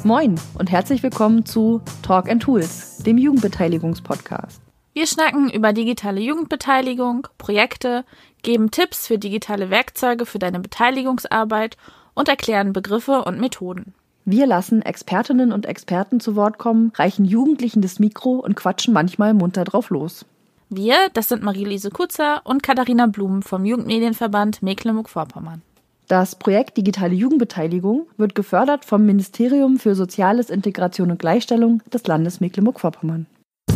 Moin und herzlich willkommen zu Talk & Tools, dem Jugendbeteiligungspodcast. Wir schnacken über digitale Jugendbeteiligung, Projekte, geben Tipps für digitale Werkzeuge für deine Beteiligungsarbeit und erklären Begriffe und Methoden. Wir lassen Expertinnen und Experten zu Wort kommen, reichen Jugendlichen das Mikro und quatschen manchmal munter drauf los. Wir, das sind Marie-Lise Kutzer und Katharina Blum vom Jugendmedienverband Mecklenburg-Vorpommern. Das Projekt Digitale Jugendbeteiligung wird gefördert vom Ministerium für Soziales, Integration und Gleichstellung des Landes Mecklenburg-Vorpommern.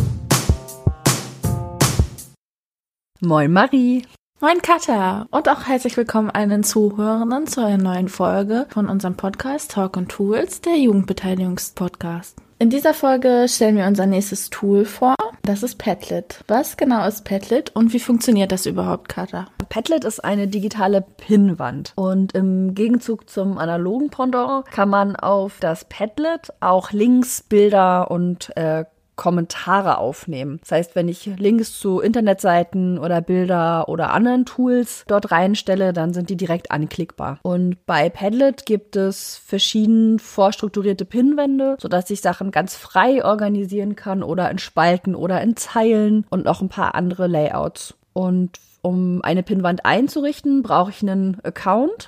Moin Marie! Moin Katha und auch herzlich willkommen allen Zuhörenden zu einer neuen Folge von unserem Podcast Talk & Tools, der Jugendbeteiligungspodcast. In dieser Folge stellen wir unser nächstes Tool vor. Das ist Padlet. Was genau ist Padlet und wie funktioniert das überhaupt, Katha? Padlet ist eine digitale Pinnwand und im Gegenzug zum analogen Pendant kann man auf das Padlet auch Links, Bilder und Kommentare aufnehmen. Das heißt, wenn ich Links zu Internetseiten oder Bilder oder anderen Tools dort reinstelle, dann sind die direkt anklickbar. Und bei Padlet gibt es verschieden vorstrukturierte Pinnwände, sodass ich Sachen ganz frei organisieren kann oder in Spalten oder in Zeilen und noch ein paar andere Layouts. Und um eine Pinnwand einzurichten, brauche ich einen Account.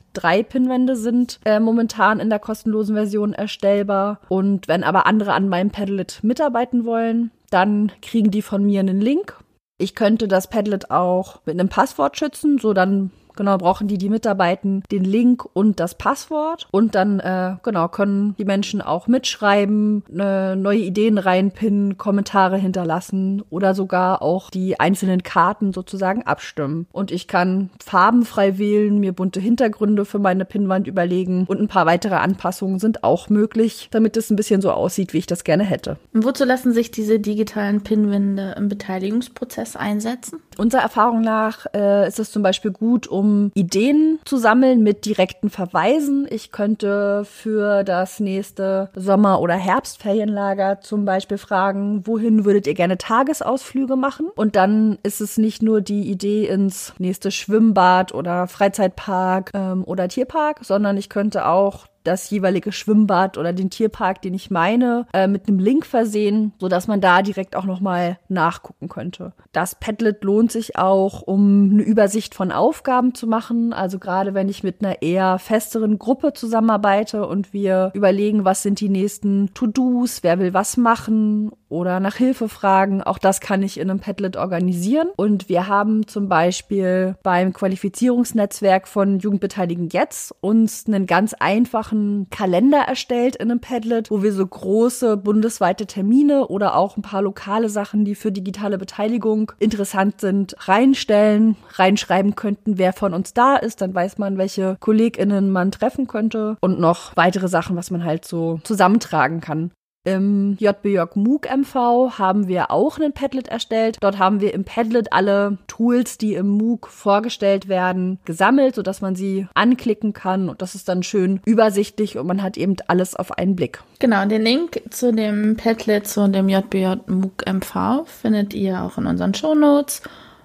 3 Pinnwände sind momentan in der kostenlosen Version erstellbar. Und wenn aber andere an meinem Padlet mitarbeiten wollen, dann kriegen die von mir einen Link. Ich könnte das Padlet auch mit einem Passwort schützen, so dann brauchen die mitarbeiten den Link und das Passwort. Und dann können die Menschen auch mitschreiben, neue Ideen reinpinnen, Kommentare hinterlassen oder sogar auch die einzelnen Karten sozusagen abstimmen. Und ich kann farbenfrei wählen, mir bunte Hintergründe für meine Pinnwand überlegen und ein paar weitere Anpassungen sind auch möglich, damit es ein bisschen so aussieht, wie ich das gerne hätte. Und wozu lassen sich diese digitalen Pinnwände im Beteiligungsprozess einsetzen? Unserer Erfahrung nach ist es zum Beispiel gut, um Ideen zu sammeln mit direkten Verweisen. Ich könnte für das nächste Sommer- oder Herbstferienlager zum Beispiel fragen, wohin würdet ihr gerne Tagesausflüge machen? Und dann ist es nicht nur die Idee ins nächste Schwimmbad oder Freizeitpark oder Tierpark, sondern ich könnte auch das jeweilige Schwimmbad oder den Tierpark, den ich meine, mit einem Link versehen, sodass man da direkt auch nochmal nachgucken könnte. Das Padlet lohnt sich auch, um eine Übersicht von Aufgaben zu machen. Also gerade wenn ich mit einer eher festeren Gruppe zusammenarbeite und wir überlegen, was sind die nächsten To-Dos, wer will was machen oder nach Hilfe fragen. Auch das kann ich in einem Padlet organisieren. Und wir haben zum Beispiel beim Qualifizierungsnetzwerk von Jugendbeteiligen jetzt uns einen ganz einfachen Kalender erstellt in einem Padlet, wo wir so große bundesweite Termine oder auch ein paar lokale Sachen, die für digitale Beteiligung interessant sind, reinschreiben könnten, wer von uns da ist. Dann weiß man, welche KollegInnen man treffen könnte und noch weitere Sachen, was man halt so zusammentragen kann. Im JBJ MOOC MV haben wir auch ein Padlet erstellt. Dort haben wir im Padlet alle Tools, die im MOOC vorgestellt werden, gesammelt, sodass man sie anklicken kann. Und das ist dann schön übersichtlich und man hat eben alles auf einen Blick. Genau, den Link zu dem Padlet, zu dem JBJ MOOC MV findet ihr auch in unseren Shownotes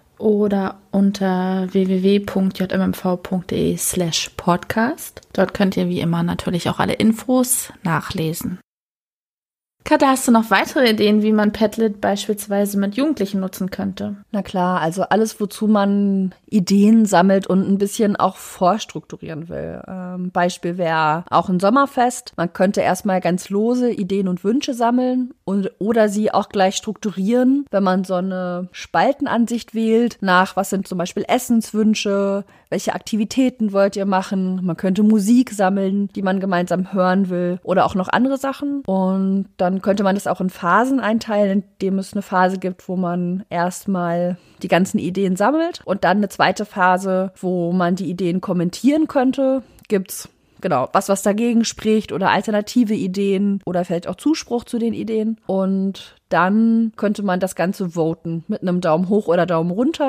oder unter www.jmmv.de/podcast. Dort könnt ihr wie immer natürlich auch alle Infos nachlesen. Katha, hast du noch weitere Ideen, wie man Padlet beispielsweise mit Jugendlichen nutzen könnte? Na klar, also alles, wozu man Ideen sammelt und ein bisschen auch vorstrukturieren will. Beispiel wäre auch ein Sommerfest. Man könnte erstmal ganz lose Ideen und Wünsche sammeln oder sie auch gleich strukturieren, wenn man so eine Spaltenansicht wählt, nach was sind zum Beispiel Essenswünsche, welche Aktivitäten wollt ihr machen. Man könnte Musik sammeln, die man gemeinsam hören will oder auch noch andere Sachen. Und dann könnte man das auch in Phasen einteilen, indem es eine Phase gibt, wo man erstmal die ganzen Ideen sammelt und dann eine zweite Phase, wo man die Ideen kommentieren könnte. Gibt's was dagegen spricht oder alternative Ideen oder vielleicht auch Zuspruch zu den Ideen. Und dann könnte man das Ganze voten mit einem Daumen hoch oder Daumen runter.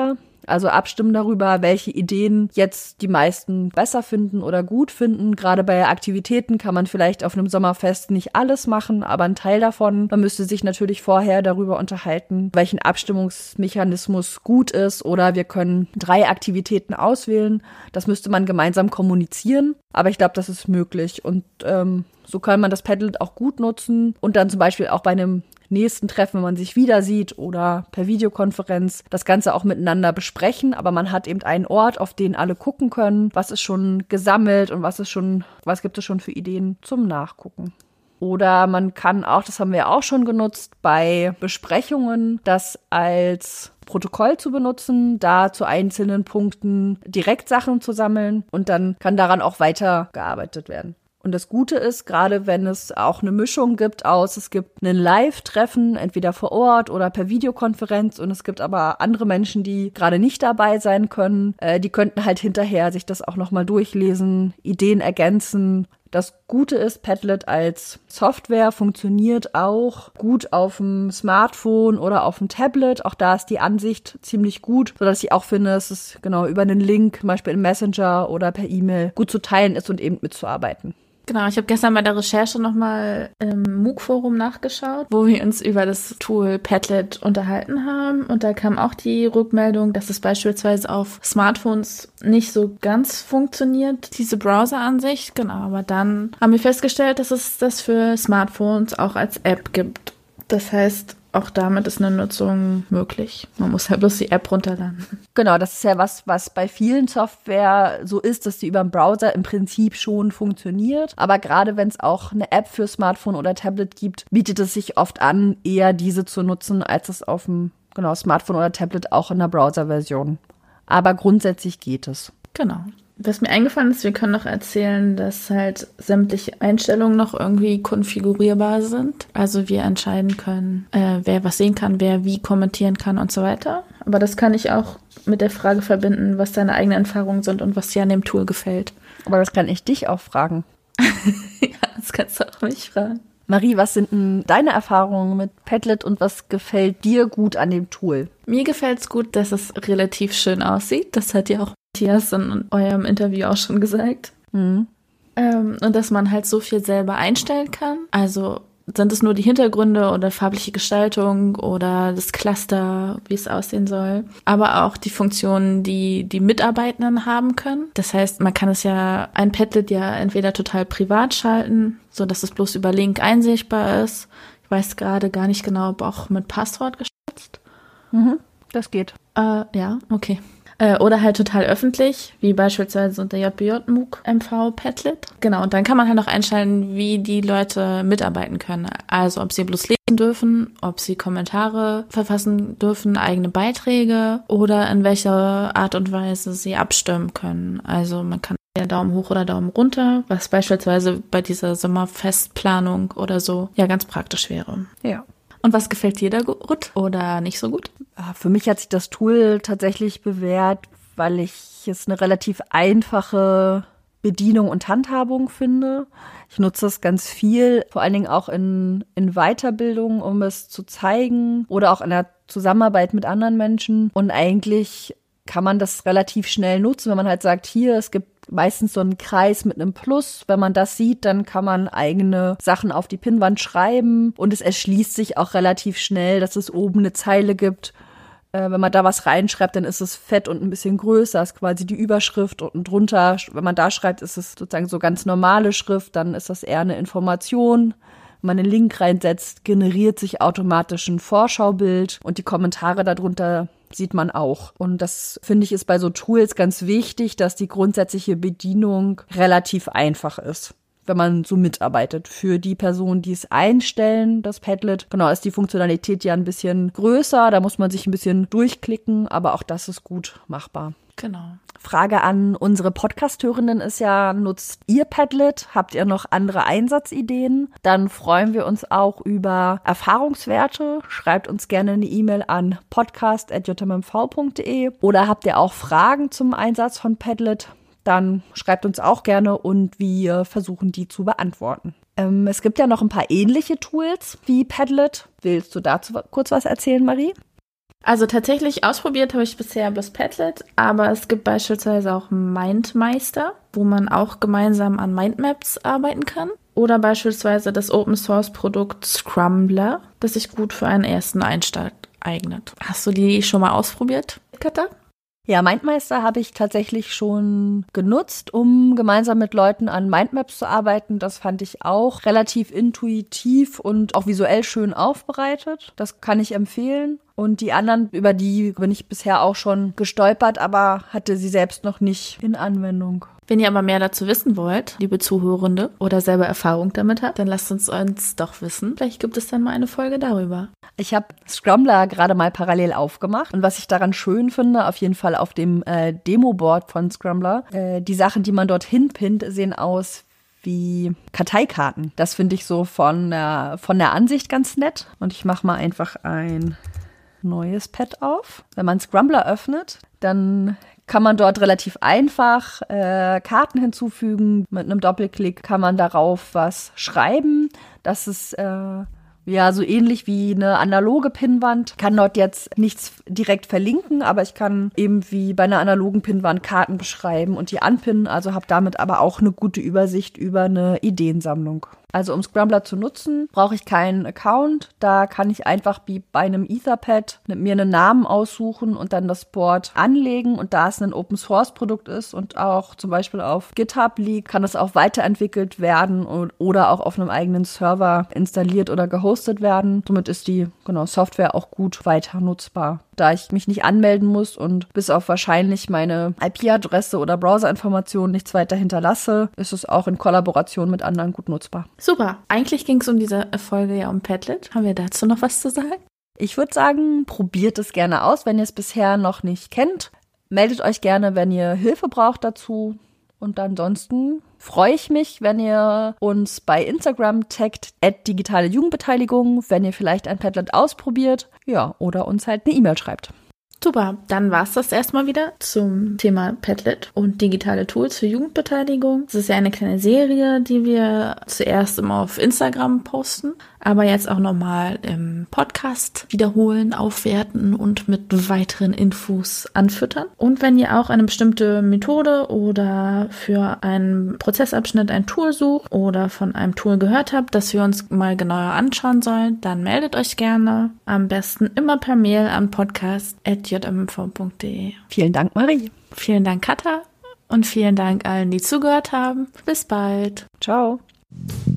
Also abstimmen darüber, welche Ideen jetzt die meisten besser finden oder gut finden. Gerade bei Aktivitäten kann man vielleicht auf einem Sommerfest nicht alles machen, aber ein Teil davon. Man müsste sich natürlich vorher darüber unterhalten, welchen Abstimmungsmechanismus gut ist, oder wir können 3 Aktivitäten auswählen. Das müsste man gemeinsam kommunizieren, aber ich glaube, das ist möglich und so kann man das Padlet auch gut nutzen und dann zum Beispiel auch bei einem nächsten Treffen, wenn man sich wieder sieht oder per Videokonferenz, das Ganze auch miteinander besprechen, aber man hat eben einen Ort, auf den alle gucken können, was ist schon gesammelt und was gibt es schon für Ideen zum Nachgucken. Oder man kann auch, das haben wir auch schon genutzt, bei Besprechungen das als Protokoll zu benutzen, da zu einzelnen Punkten direkt Sachen zu sammeln und dann kann daran auch weitergearbeitet werden. Und das Gute ist, gerade wenn es auch eine Mischung gibt es gibt ein Live-Treffen, entweder vor Ort oder per Videokonferenz und es gibt aber andere Menschen, die gerade nicht dabei sein können, die könnten halt hinterher sich das auch nochmal durchlesen, Ideen ergänzen. Das Gute ist, Padlet als Software funktioniert auch gut auf dem Smartphone oder auf dem Tablet. Auch da ist die Ansicht ziemlich gut, sodass ich auch finde, dass es genau über einen Link, zum Beispiel im Messenger oder per E-Mail, gut zu teilen ist und eben mitzuarbeiten. Genau, ich habe gestern bei der Recherche nochmal im MOOC-Forum nachgeschaut, wo wir uns über das Tool Padlet unterhalten haben. Und da kam auch die Rückmeldung, dass es beispielsweise auf Smartphones nicht so ganz funktioniert, diese Browser-Ansicht. Genau, aber dann haben wir festgestellt, dass es das für Smartphones auch als App gibt. Das heißt, auch damit ist eine Nutzung möglich. Man muss halt bloß die App runterladen. Genau, das ist ja was bei vielen Software so ist, dass die über den Browser im Prinzip schon funktioniert. Aber gerade wenn es auch eine App für Smartphone oder Tablet gibt, bietet es sich oft an, eher diese zu nutzen, als es auf dem Smartphone oder Tablet auch in der Browser-Version. Aber grundsätzlich geht es. Genau. Was mir eingefallen ist, wir können noch erzählen, dass halt sämtliche Einstellungen noch irgendwie konfigurierbar sind. Also wir entscheiden können, wer was sehen kann, wer wie kommentieren kann und so weiter. Aber das kann ich auch mit der Frage verbinden, was deine eigenen Erfahrungen sind und was dir an dem Tool gefällt. Aber das kann ich dich auch fragen. Ja, das kannst du auch mich fragen. Marie, was sind denn deine Erfahrungen mit Padlet und was gefällt dir gut an dem Tool? Mir gefällt es gut, dass es relativ schön aussieht. Das hat ja auch Matthias in eurem Interview auch schon gesagt. Mhm. Und dass man halt so viel selber einstellen kann. Also sind es nur die Hintergründe oder farbliche Gestaltung oder das Cluster, wie es aussehen soll. Aber auch die Funktionen, die die Mitarbeitenden haben können. Das heißt, man kann ein Padlet ja entweder total privat schalten, so dass es bloß über Link einsichtbar ist. Ich weiß gerade gar nicht genau, ob auch mit Passwort geschützt. Mhm, das geht. Ja, okay. Oder halt total öffentlich, wie beispielsweise der JBJ MOOC MV Padlet. Genau, und dann kann man halt noch einstellen, wie die Leute mitarbeiten können. Also ob sie bloß lesen dürfen, ob sie Kommentare verfassen dürfen, eigene Beiträge oder in welcher Art und Weise sie abstimmen können. Also man kann ja Daumen hoch oder Daumen runter, was beispielsweise bei dieser Sommerfestplanung oder so ja ganz praktisch wäre. Ja. Und was gefällt dir da gut oder nicht so gut? Für mich hat sich das Tool tatsächlich bewährt, weil ich es eine relativ einfache Bedienung und Handhabung finde. Ich nutze es ganz viel, vor allen Dingen auch in Weiterbildung, um es zu zeigen oder auch in der Zusammenarbeit mit anderen Menschen. Und eigentlich kann man das relativ schnell nutzen, wenn man halt sagt, hier, es gibt meistens so einen Kreis mit einem Plus. Wenn man das sieht, dann kann man eigene Sachen auf die Pinnwand schreiben und es erschließt sich auch relativ schnell, dass es oben eine Zeile gibt. Wenn man da was reinschreibt, dann ist es fett und ein bisschen größer, ist quasi die Überschrift und drunter, wenn man da schreibt, ist es sozusagen so ganz normale Schrift, dann ist das eher eine Information. Wenn man einen Link reinsetzt, generiert sich automatisch ein Vorschaubild und die Kommentare darunter sieht man auch. Und das, finde ich, ist bei so Tools ganz wichtig, dass die grundsätzliche Bedienung relativ einfach ist, wenn man so mitarbeitet. Für die Personen, die es einstellen, das Padlet, genau, ist die Funktionalität ja ein bisschen größer, da muss man sich ein bisschen durchklicken, aber auch das ist gut machbar. Genau. Frage an unsere Podcast-Hörenden ist ja, nutzt ihr Padlet? Habt ihr noch andere Einsatzideen? Dann freuen wir uns auch über Erfahrungswerte. Schreibt uns gerne eine E-Mail an podcast@jmmv.de oder habt ihr auch Fragen zum Einsatz von Padlet? Dann schreibt uns auch gerne und wir versuchen, die zu beantworten. Es gibt ja noch ein paar ähnliche Tools wie Padlet. Willst du dazu kurz was erzählen, Marie? Also tatsächlich ausprobiert habe ich bisher bloß Padlet, aber es gibt beispielsweise auch MindMeister, wo man auch gemeinsam an Mindmaps arbeiten kann. Oder beispielsweise das Open-Source-Produkt Scrumbler, das sich gut für einen ersten Einstieg eignet. Hast du die schon mal ausprobiert, Katha? Ja, MindMeister habe ich tatsächlich schon genutzt, um gemeinsam mit Leuten an Mindmaps zu arbeiten. Das fand ich auch relativ intuitiv und auch visuell schön aufbereitet. Das kann ich empfehlen. Und die anderen, über die bin ich bisher auch schon gestolpert, aber hatte sie selbst noch nicht in Anwendung. Wenn ihr aber mehr dazu wissen wollt, liebe Zuhörende, oder selber Erfahrung damit habt, dann lasst uns doch wissen. Vielleicht gibt es dann mal eine Folge darüber. Ich habe Scrumbler gerade mal parallel aufgemacht. Und was ich daran schön finde, auf jeden Fall auf dem Demo-Board von Scrumbler, die Sachen, die man dorthin pinnt, sehen aus wie Karteikarten. Das finde ich so von der Ansicht ganz nett. Und ich mache mal einfach ein neues Pad auf. Wenn man Scrumbler öffnet, dann kann man dort relativ einfach Karten hinzufügen. Mit einem Doppelklick kann man darauf was schreiben. Das ist ja so ähnlich wie eine analoge Pinnwand. Ich kann dort jetzt nichts direkt verlinken, aber ich kann eben wie bei einer analogen Pinnwand Karten beschreiben und die anpinnen. Also habe damit aber auch eine gute Übersicht über eine Ideensammlung. Also um Scrumbler zu nutzen, brauche ich keinen Account. Da kann ich einfach wie bei einem Etherpad mir einen Namen aussuchen und dann das Board anlegen. Und da es ein Open-Source-Produkt ist und auch zum Beispiel auf GitHub liegt, kann es auch weiterentwickelt werden oder auch auf einem eigenen Server installiert oder gehostet werden. Somit ist die Software auch gut weiter nutzbar. Da ich mich nicht anmelden muss und bis auf wahrscheinlich meine IP-Adresse oder Browserinformationen nichts weiter hinterlasse, ist es auch in Kollaboration mit anderen gut nutzbar. Super. Eigentlich ging es um diese Folge ja um Padlet. Haben wir dazu noch was zu sagen? Ich würde sagen, probiert es gerne aus, wenn ihr es bisher noch nicht kennt. Meldet euch gerne, wenn ihr Hilfe braucht dazu. Und ansonsten freue ich mich, wenn ihr uns bei Instagram taggt @digitale Jugendbeteiligung, wenn ihr vielleicht ein Padlet ausprobiert, ja, oder uns halt eine E-Mail schreibt. Super, dann war's das erstmal wieder zum Thema Padlet und digitale Tools für Jugendbeteiligung. Das ist ja eine kleine Serie, die wir zuerst immer auf Instagram posten, aber jetzt auch nochmal im Podcast wiederholen, aufwerten und mit weiteren Infos anfüttern. Und wenn ihr auch eine bestimmte Methode oder für einen Prozessabschnitt ein Tool sucht oder von einem Tool gehört habt, das wir uns mal genauer anschauen sollen, dann meldet euch gerne. Am besten immer per Mail an podcast@jmv.de. Vielen Dank, Marie. Vielen Dank, Katha. Und vielen Dank allen, die zugehört haben. Bis bald. Ciao.